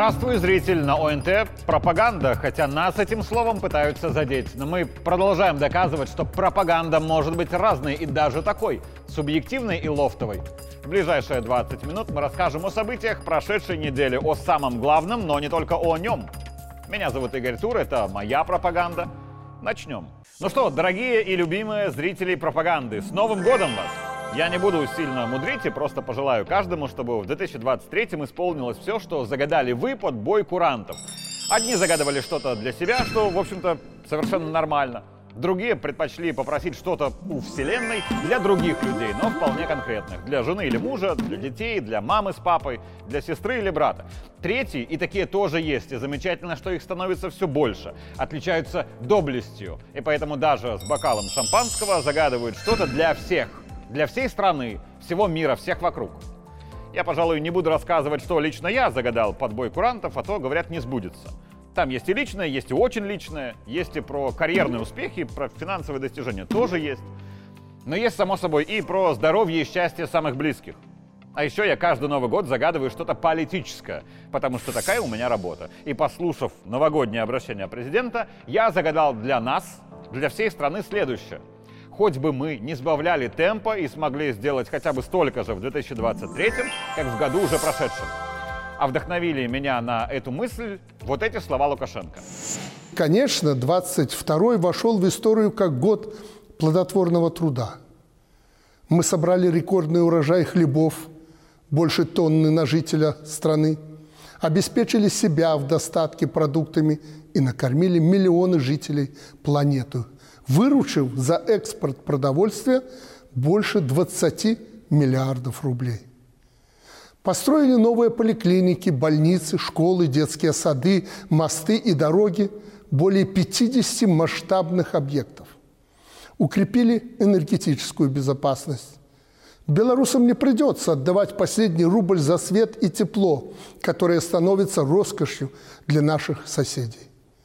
Здравствуй, зритель! На ОНТ пропаганда, хотя нас этим словом пытаются задеть. Но мы продолжаем доказывать, что пропаганда может быть разной и даже такой, субъективной и лофтовой. В ближайшие 20 минут мы расскажем о событиях прошедшей недели, о самом главном, но не только о нем. Меня зовут Игорь Тур, это моя пропаганда. Начнем. Ну что, дорогие и любимые зрители пропаганды, с Новым годом вас! Я не буду сильно мудрить и просто пожелаю каждому, чтобы в 2023-м исполнилось все, что загадали вы под бой курантов. Одни загадывали что-то для себя, что, в общем-то, совершенно нормально. Другие предпочли попросить что-то у Вселенной для других людей, но вполне конкретных. Для жены или мужа, для детей, для мамы с папой, для сестры или брата. Третьи, и такие тоже есть, и замечательно, что их становится все больше, отличаются доблестью. И поэтому даже с бокалом шампанского загадывают что-то для всех. Для всей страны, всего мира, всех вокруг. Я, пожалуй, не буду рассказывать, что лично я загадал под бой курантов, а то, говорят, не сбудется. Там есть и личное, есть и очень личное, есть и про карьерные успехи, про финансовые достижения тоже есть. Но есть, само собой, и про здоровье и счастье самых близких. А еще я каждый Новый год загадываю что-то политическое, потому что такая у меня работа. И послушав новогоднее обращение президента, я загадал для нас, для всей страны следующее. Хоть бы мы не сбавляли темпа и смогли сделать хотя бы столько же в 2023-м, как в году уже прошедшем. А вдохновили меня на эту мысль вот эти слова Лукашенко. Конечно, 22-й вошел в историю как год плодотворного труда. Мы собрали рекордный урожай хлебов, больше тонны на жителя страны, обеспечили себя в достатке продуктами и накормили миллионы жителей планеты, выручив за экспорт продовольствия больше 20 миллиардов рублей. Построили новые поликлиники, больницы, школы, детские сады, мосты и дороги, более 50 масштабных объектов. Укрепили энергетическую безопасность. Белорусам не придется отдавать последний рубль за свет и тепло, которое становится роскошью для наших соседей.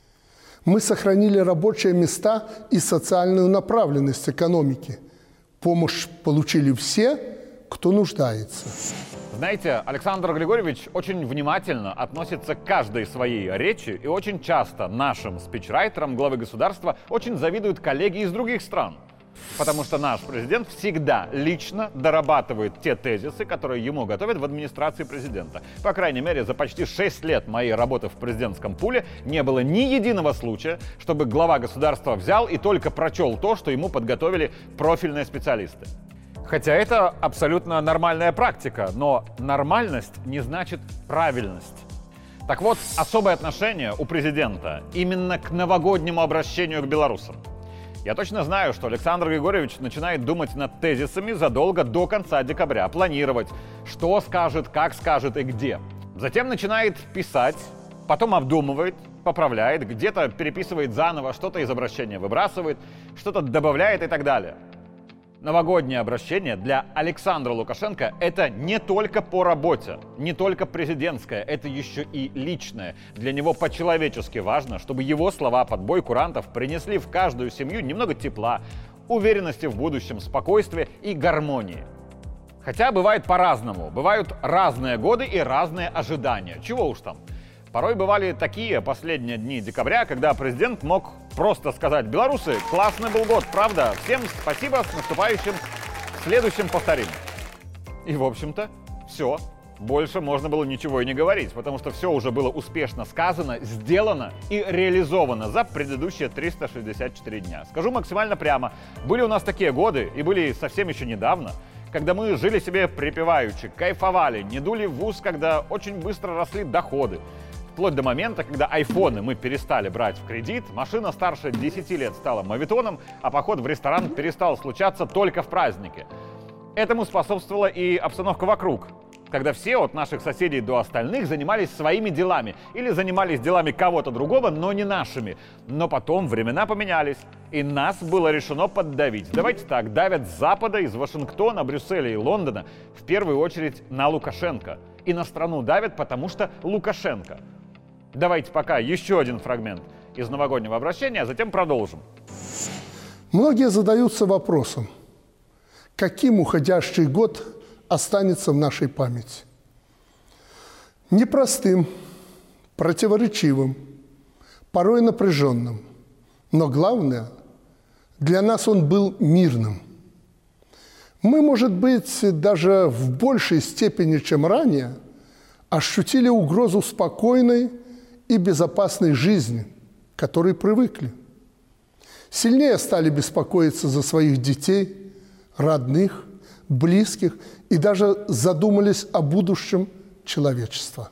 Мы сохранили рабочие места и социальную направленность экономики. Помощь получили все, кто нуждается. Знаете, Александр Григорьевич очень внимательно относится к каждой своей речи, и очень часто нашим спичрайтерам главы государства очень завидуют коллеги из других стран. Потому что наш президент всегда лично дорабатывает те тезисы, которые ему готовят в администрации президента. По крайней мере, за почти 6 лет моей работы в президентском пуле не было ни единого случая, чтобы глава государства взял и только прочел то, что ему подготовили профильные специалисты. Хотя это абсолютно нормальная практика, но нормальность не значит правильность. Так вот, особое отношение у президента именно к новогоднему обращению к белорусам. Я точно знаю, что Александр Григорьевич начинает думать над тезисами задолго до конца декабря, планировать, что скажет, как скажет и где. Затем начинает писать, потом обдумывает, поправляет, где-то переписывает заново, что-то из обращения выбрасывает, что-то добавляет и так далее. Новогоднее обращение для Александра Лукашенко – это не только по работе, не только президентское, это еще и личное. Для него по-человечески важно, чтобы его слова под бой курантов принесли в каждую семью немного тепла, уверенности в будущем, спокойствия и гармонии. Хотя бывает по-разному, бывают разные годы и разные ожидания, чего уж там. Порой бывали такие последние дни декабря, когда президент мог просто сказать: «Белорусы, классный был год, правда? Всем спасибо, с наступающим, в следующем повторим». И, в общем-то, все. Больше можно было ничего и не говорить, потому что все уже было успешно сказано, сделано и реализовано за предыдущие 364 дня. Скажу максимально прямо, были у нас такие годы, и были совсем еще недавно, когда мы жили себе припеваючи, кайфовали, не дули в ус, когда очень быстро росли доходы. Вплоть до момента, когда айфоны мы перестали брать в кредит, машина старше 10 лет стала моветоном, а поход в ресторан перестал случаться только в праздники. Этому способствовала и обстановка вокруг, когда все от наших соседей до остальных занимались своими делами или занимались делами кого-то другого, но не нашими. Но потом времена поменялись, и нас было решено поддавить. Давайте так, давят с Запада, из Вашингтона, Брюсселя и Лондона, в первую очередь на Лукашенко. И на страну давят, потому что Лукашенко. Давайте пока еще один фрагмент из новогоднего обращения, а затем продолжим. Многие задаются вопросом, каким уходящий год останется в нашей памяти. Непростым, противоречивым, порой напряженным. Но главное, для нас он был мирным. Мы, может быть, даже в большей степени, чем ранее, ощутили угрозу спокойной и безопасной жизни, к которой привыкли. Сильнее стали беспокоиться за своих детей, родных, близких и даже задумались о будущем человечества.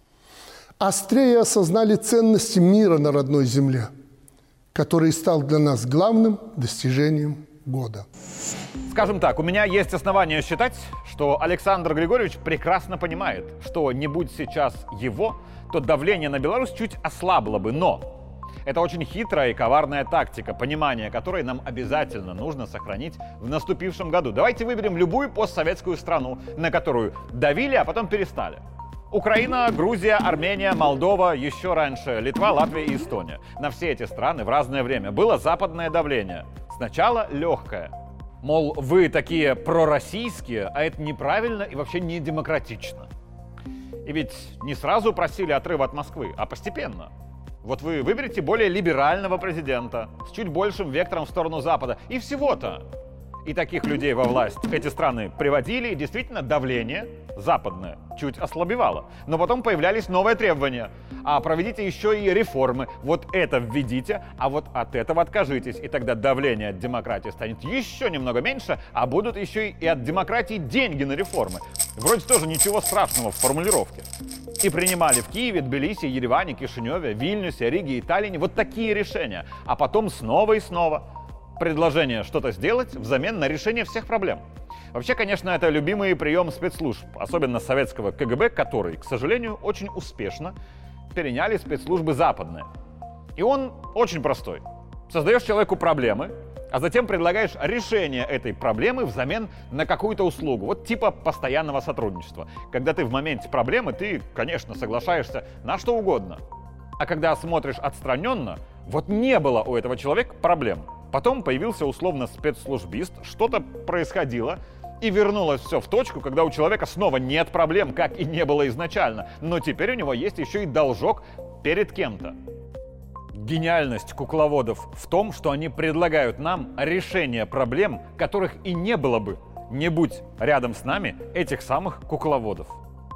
Острее осознали ценности мира на родной земле, который стал для нас главным достижением года. Скажем так, у меня есть основания считать, что Александр Григорьевич прекрасно понимает, что не будь сейчас его, то давление на Беларусь чуть ослабло бы, но это очень хитрая и коварная тактика, понимание которой нам обязательно нужно сохранить в наступившем году. Давайте выберем любую постсоветскую страну, на которую давили, а потом перестали. Украина, Грузия, Армения, Молдова, еще раньше Литва, Латвия и Эстония. На все эти страны в разное время было западное давление. Сначала легкое. Мол, вы такие пророссийские, а это неправильно и вообще не демократично. И ведь не сразу просили отрыва от Москвы, а постепенно. Вот вы выберете более либерального президента с чуть большим вектором в сторону Запада. И всего-то. И таких людей во власть эти страны приводили, и действительно давление западное чуть ослабевало. Но потом появлялись новые требования. А проведите еще и реформы. Вот это введите, а вот от этого откажитесь. И тогда давление от демократии станет еще немного меньше, а будут еще и от демократии деньги на реформы. Вроде тоже ничего страшного в формулировке. И принимали в Киеве, Тбилиси, Ереване, Кишиневе, Вильнюсе, Риге и Таллине вот такие решения. А потом снова и снова предложение что-то сделать взамен на решение всех проблем. Вообще, конечно, это любимый прием спецслужб, особенно советского КГБ, который, к сожалению, очень успешно переняли спецслужбы западные. И он очень простой. Создаешь человеку проблемы, а затем предлагаешь решение этой проблемы взамен на какую-то услугу, вот типа постоянного сотрудничества. Когда ты в моменте проблемы, ты, конечно, соглашаешься на что угодно. А когда смотришь отстраненно, вот не было у этого человека проблем. Потом появился условно спецслужбист, что-то происходило, и вернулось все в точку, когда у человека снова нет проблем, как и не было изначально, но теперь у него есть еще и должок перед кем-то. Гениальность кукловодов в том, что они предлагают нам решение проблем, которых и не было бы, не будь рядом с нами этих самых кукловодов.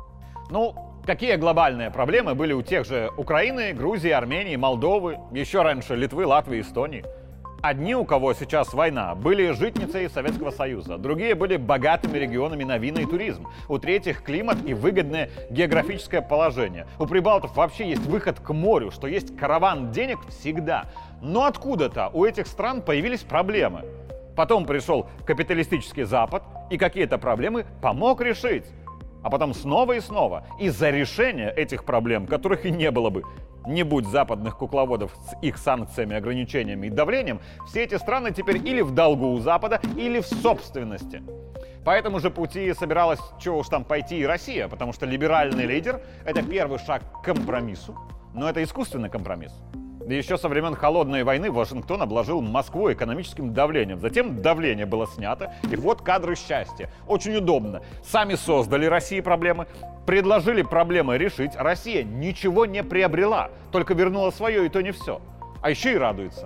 Ну, какие глобальные проблемы были у тех же Украины, Грузии, Армении, Молдовы, еще раньше Литвы, Латвии, Эстонии? Одни, у кого сейчас война, были житницей Советского Союза, другие были богатыми регионами на вина и туризм, у третьих климат и выгодное географическое положение. У прибалтов вообще есть выход к морю, что есть караван денег всегда. Но откуда-то у этих стран появились проблемы. Потом пришел капиталистический Запад и какие-то проблемы помог решить. А потом снова и снова. Из-за решения этих проблем, которых и не было бы, не будь западных кукловодов с их санкциями, ограничениями и давлением, все эти страны теперь или в долгу у Запада, или в собственности. По этому же пути собиралась, чего уж там, пойти и Россия, потому что либеральный лидер – это первый шаг к компромиссу, но это искусственный компромисс. Да еще со времен Холодной войны Вашингтон обложил Москву экономическим давлением. Затем давление было снято, и вот кадры счастья. Очень удобно. Сами создали России проблемы, предложили проблемы решить. Россия ничего не приобрела, только вернула свое, и то не все. А еще и радуется.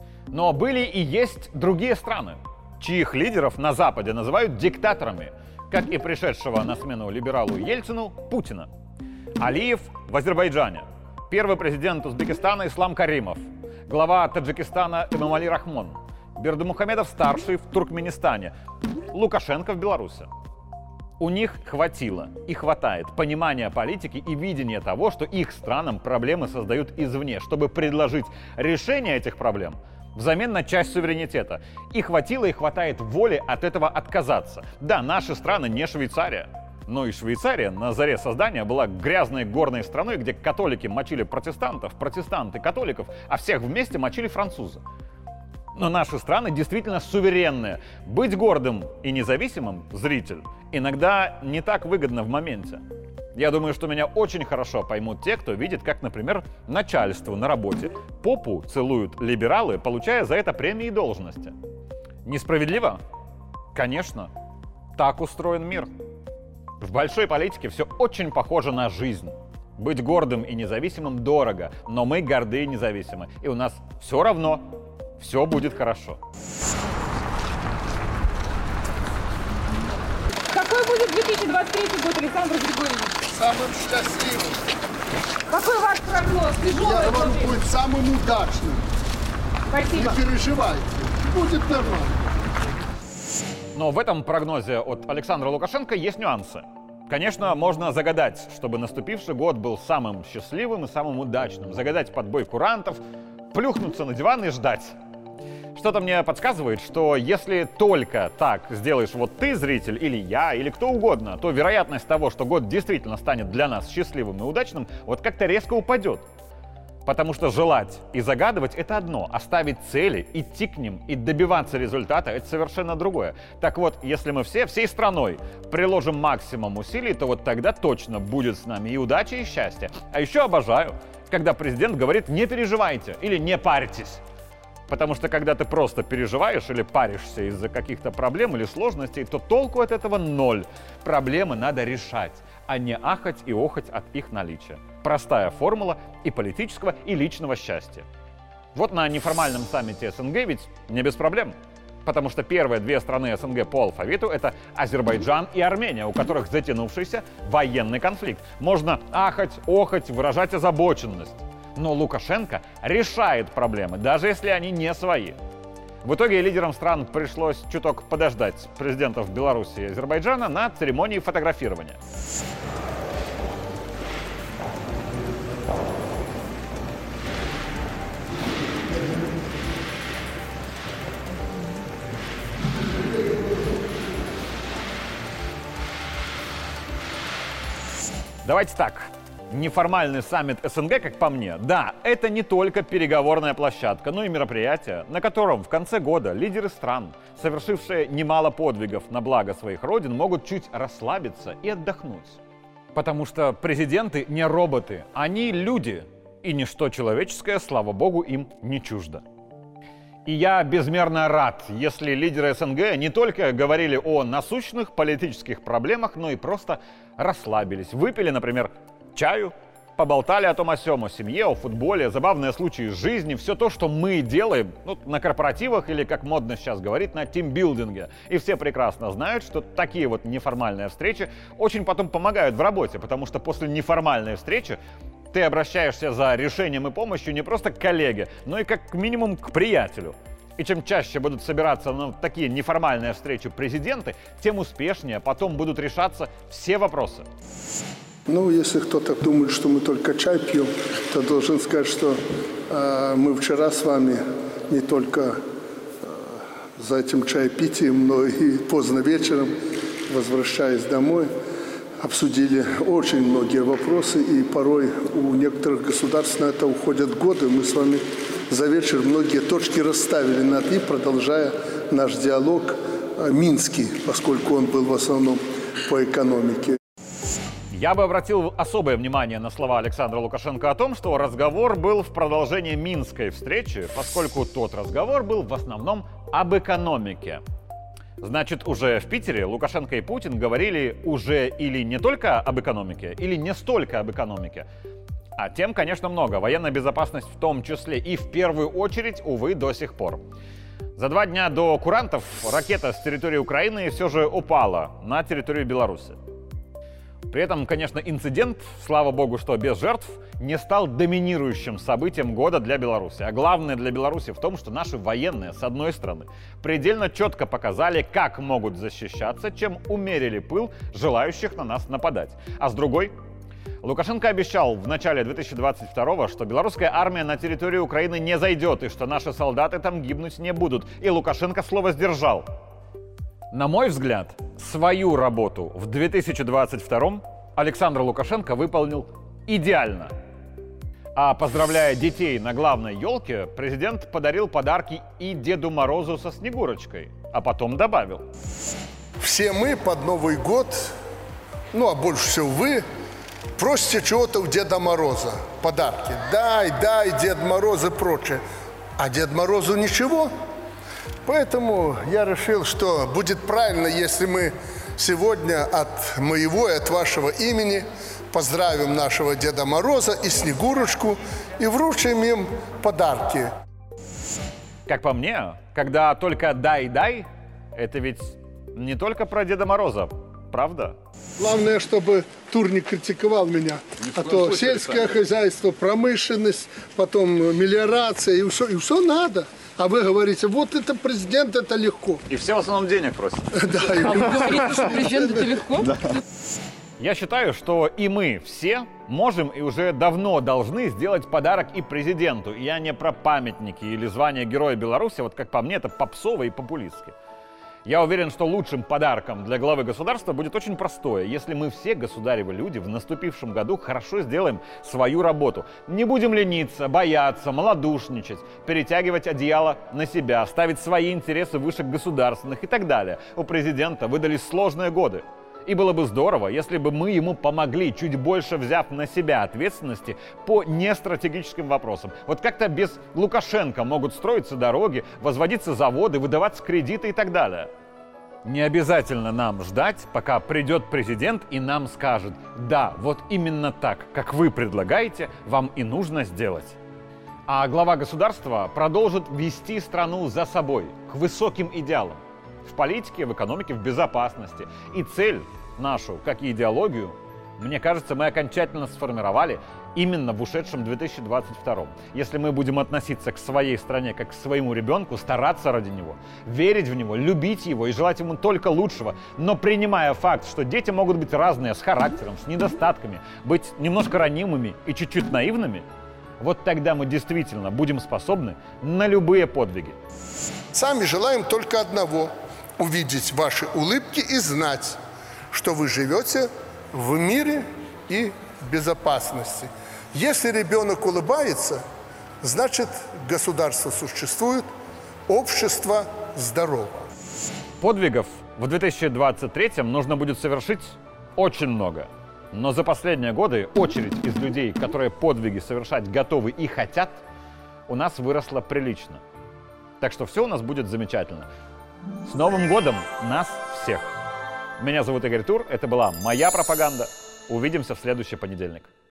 Но были и есть другие страны, чьих лидеров на Западе называют диктаторами, как и пришедшего на смену либералу Ельцину Путина. Алиев в Азербайджане. Первый президент Узбекистана Ислам Каримов, глава Таджикистана Эмомали Рахмон, Бердымухамедов-старший в Туркменистане, Лукашенко в Беларуси. У них хватило и хватает понимания политики и видения того, что их странам проблемы создают извне, чтобы предложить решение этих проблем взамен на часть суверенитета. И хватило и хватает воли от этого отказаться. Да, наши страны не Швейцария. Но и Швейцария на заре создания была грязной горной страной, где католики мочили протестантов, протестанты католиков, а всех вместе мочили французы. Но наши страны действительно суверенные. Быть гордым и независимым, зритель, иногда не так выгодно в моменте. Я думаю, что меня очень хорошо поймут те, кто видит, как, например, начальству на работе попу целуют либералы, получая за это премии и должности. Несправедливо? Конечно. Так устроен мир. В большой политике все очень похоже на жизнь. Быть гордым и независимым дорого, но мы горды и независимы. И у нас все равно все будет хорошо. Какой будет 2023 год, Александр Григорьевич? Самым счастливым. Какой ваш прогноз? Тяжелый Я говорю, будет самым удачным. Спасибо. Не переживайте, будет нормально. Но в этом прогнозе от Александра Лукашенко есть нюансы. Конечно, можно загадать, чтобы наступивший год был самым счастливым и самым удачным. Загадать подбой курантов, плюхнуться на диван и ждать. Что-то мне подсказывает, что если только так сделаешь вот ты, зритель, или я, или кто угодно, то вероятность того, что год действительно станет для нас счастливым и удачным, вот как-то резко упадет. Потому что желать и загадывать — это одно, а ставить цели, идти к ним и добиваться результата — это совершенно другое. Так вот, если мы всей страной приложим максимум усилий, то вот тогда точно будет с нами и удача, и счастье. А еще обожаю, когда президент говорит «не переживайте» или «не парьтесь». Потому что когда ты просто переживаешь или паришься из-за каких-то проблем или сложностей, то толку от этого ноль. Проблемы надо решать, а не ахать и охать от их наличия. Простая формула и политического, и личного счастья. Вот на неформальном саммите СНГ ведь не без проблем. Потому что первые две страны СНГ по алфавиту — это Азербайджан и Армения, у которых затянувшийся военный конфликт. Можно ахать, охать, выражать озабоченность. Но Лукашенко решает проблемы, даже если они не свои. В итоге лидерам стран пришлось чуток подождать президентов Беларуси и Азербайджана на церемонии фотографирования. Давайте так. Неформальный саммит СНГ, как по мне, да, это не только переговорная площадка, но и мероприятие, на котором в конце года лидеры стран, совершившие немало подвигов на благо своих родин, могут чуть расслабиться и отдохнуть. Потому что президенты не роботы, они люди, и ничто человеческое, слава богу, им не чуждо. И я безмерно рад, если лидеры СНГ не только говорили о насущных политических проблемах, но и просто расслабились, выпили, например, чаю, поболтали о том о сём, о семье, о футболе, забавные случаи из жизни, все то, что мы делаем на корпоративах или, как модно сейчас говорить, на тимбилдинге. И все прекрасно знают, что такие вот неформальные встречи очень потом помогают в работе, потому что после неформальной встречи ты обращаешься за решением и помощью не просто к коллеге, но и как минимум к приятелю. И чем чаще будут собираться на такие неформальные встречи президенты, тем успешнее потом будут решаться все вопросы. Ну, если кто-то думает, что мы только чай пьем, то должен сказать, что мы вчера с вами не только за этим чаепитием, но и поздно вечером, возвращаясь домой, обсудили очень многие вопросы, и порой у некоторых государств на это уходят годы. Мы с вами за вечер многие точки расставили над «и», продолжая наш диалог минский, поскольку он был в основном по экономике. Я бы обратил особое внимание на слова Александра Лукашенко о том, что разговор был в продолжении минской встречи, поскольку тот разговор был в основном об экономике. Значит, уже в Питере Лукашенко и Путин говорили уже или не только об экономике, или не столько об экономике. А тем, конечно, много. Военная безопасность в том числе. И в первую очередь, увы, до сих пор. За 2 дня до курантов ракета с территории Украины все же упала на территорию Беларуси. При этом, конечно, инцидент, слава богу, что без жертв, не стал доминирующим событием года для Беларуси. А главное для Беларуси в том, что наши военные, с одной стороны, предельно четко показали, как могут защищаться, чем умерили пыл желающих на нас нападать. А с другой, Лукашенко обещал в начале 2022-го, что белорусская армия на территорию Украины не зайдет, и что наши солдаты там гибнуть не будут. И Лукашенко слово сдержал. На мой взгляд, свою работу в 2022-м Александр Лукашенко выполнил идеально. А поздравляя детей на главной елке, президент подарил подарки и Деду Морозу со Снегурочкой, а потом добавил: все мы под Новый год, а больше всего вы, просите чего-то у Деда Мороза, подарки. Дай, Дед Мороз и прочее. А Дед Морозу ничего. Поэтому я решил, что будет правильно, если мы Сегодня от моего и от вашего имени поздравим нашего Деда Мороза и Снегурочку и вручим им подарки. Как по мне, когда только дай, это ведь не только про Деда Мороза, правда? Главное, чтобы Тур не критиковал меня. А то сельское хозяйство, промышленность, потом мелиорация, и все надо. А вы говорите, вот это президент, это легко. И все в основном денег просят. А вы говорите, что президент это легко? Я считаю, что и мы все можем и уже давно должны сделать подарок и президенту. И я не про памятники или звание Героя Беларуси, вот как по мне, это попсово и популистски. Я уверен, что лучшим подарком для главы государства будет очень простое. Если мы все, государевы люди, в наступившем году хорошо сделаем свою работу. Не будем лениться, бояться, малодушничать, перетягивать одеяло на себя, ставить свои интересы выше государственных и так далее. У президента выдались сложные годы. И было бы здорово, если бы мы ему помогли, чуть больше взяв на себя ответственности по нестратегическим вопросам. Вот как-то без Лукашенко могут строиться дороги, возводиться заводы, выдаваться кредиты и так далее. Не обязательно нам ждать, пока придет президент и нам скажет: да, вот именно так, как вы предлагаете, вам и нужно сделать. А глава государства продолжит вести страну за собой, к высоким идеалам. В политике, в экономике, в безопасности. И цель нашу, как и идеологию, мне кажется, мы окончательно сформировали именно в ушедшем 2022. Если мы будем относиться к своей стране как к своему ребенку, стараться ради него, верить в него, любить его и желать ему только лучшего, но принимая факт, что дети могут быть разные, с характером, с недостатками, быть немножко ранимыми и чуть-чуть наивными, вот тогда мы действительно будем способны на любые подвиги. Сами желаем только одного – увидеть ваши улыбки и знать, что вы живете в мире и безопасности. Если ребенок улыбается, значит, государство существует, общество здорово. Подвигов в 2023-м нужно будет совершить очень много. Но за последние годы очередь из людей, которые подвиги совершать готовы и хотят, у нас выросла прилично. Так что все у нас будет замечательно. С Новым годом нас всех! Меня зовут Игорь Тур, это была моя пропаганда. Увидимся в следующий понедельник.